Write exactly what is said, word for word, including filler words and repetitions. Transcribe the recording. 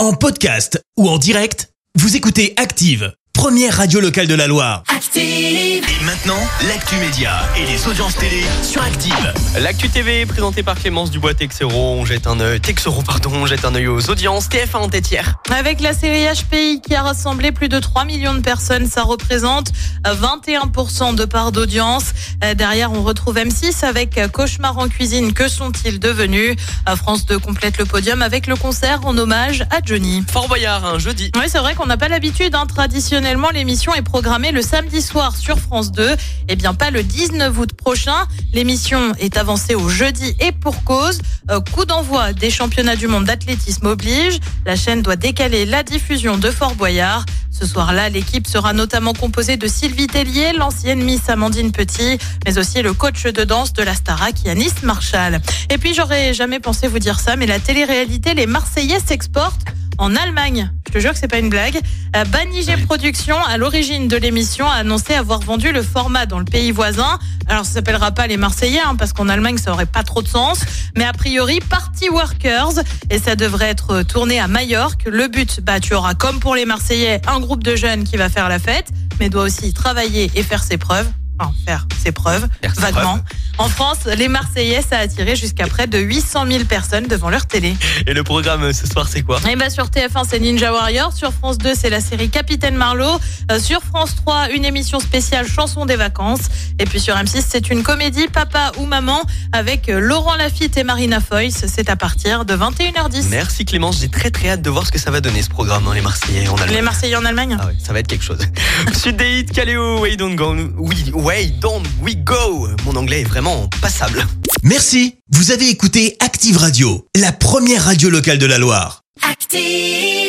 En podcast ou en direct, vous écoutez Active, première radio locale de la Loire. Active! Et maintenant, l'actu média et les audiences télé sur Active. L'actu T V présentée par Clémence Dubois-Texero. On jette un œil, Texero, pardon, on jette un œil aux audiences. T F un en tête hier. Avec la série H P I qui a rassemblé plus de trois millions de personnes, ça représente vingt et un pour cent de part d'audience. Derrière, on retrouve M six avec Cauchemar en cuisine. Que sont-ils devenus? France deux complète le podium avec le concert en hommage à Johnny. Fort Boyard, un jeudi. Oui, c'est vrai qu'on n'a pas l'habitude. Hein. Traditionnellement, l'émission est programmée le samedi soir sur France deux. Eh bien, pas le dix-neuf août prochain. L'émission est avancée au jeudi et pour cause. Euh, coup d'envoi des championnats du monde d'athlétisme oblige. La chaîne doit décaler la diffusion de Fort Boyard. Ce soir-là, l'équipe sera notamment composée de Sylvie Tellier, l'ancienne Miss Amandine Petit, mais aussi le coach de danse de la Starac, Yanis Marshall. Et puis, j'aurais jamais pensé vous dire ça, mais la télé-réalité Les Marseillais s'exporte en Allemagne. Je te jure que c'est pas une blague. Banijé Productions, à l'origine de l'émission, a annoncé avoir vendu le format dans le pays voisin. Alors, ça s'appellera pas Les Marseillais, hein, parce qu'en Allemagne, ça aurait pas trop de sens. Mais a priori, Party Workers. Et ça devrait être tourné à Majorque. Le but, bah, tu auras, comme pour Les Marseillais, un groupe de jeunes qui va faire la fête, mais doit aussi travailler et faire ses preuves. Enfin, faire ses preuves, faire ses vaguement. preuves. En France, Les Marseillais, ça a attiré jusqu'à près de huit cent mille personnes devant leur télé. Et le programme ce soir, c'est quoi? Et bah sur T F un, c'est Ninja Warrior. Sur France deux, c'est la série Capitaine Marlowe. Euh, sur France trois, une émission spéciale Chanson des vacances. Et puis sur M six, c'est une comédie Papa ou Maman avec Laurent Lafitte et Marina Foïs. C'est à partir de vingt et une heures dix. Merci Clémence, j'ai très très hâte de voir ce que ça va donner ce programme, hein, les Marseillais en Allemagne. Les Marseillais en Allemagne. Ah ouais, ça va être quelque chose. Suite des hits, Caléo, Way Don't Go. Oui, Way Don't We Go. Mon anglais est vraiment passable. Merci, vous avez écouté Active Radio, la première radio locale de la Loire. Active!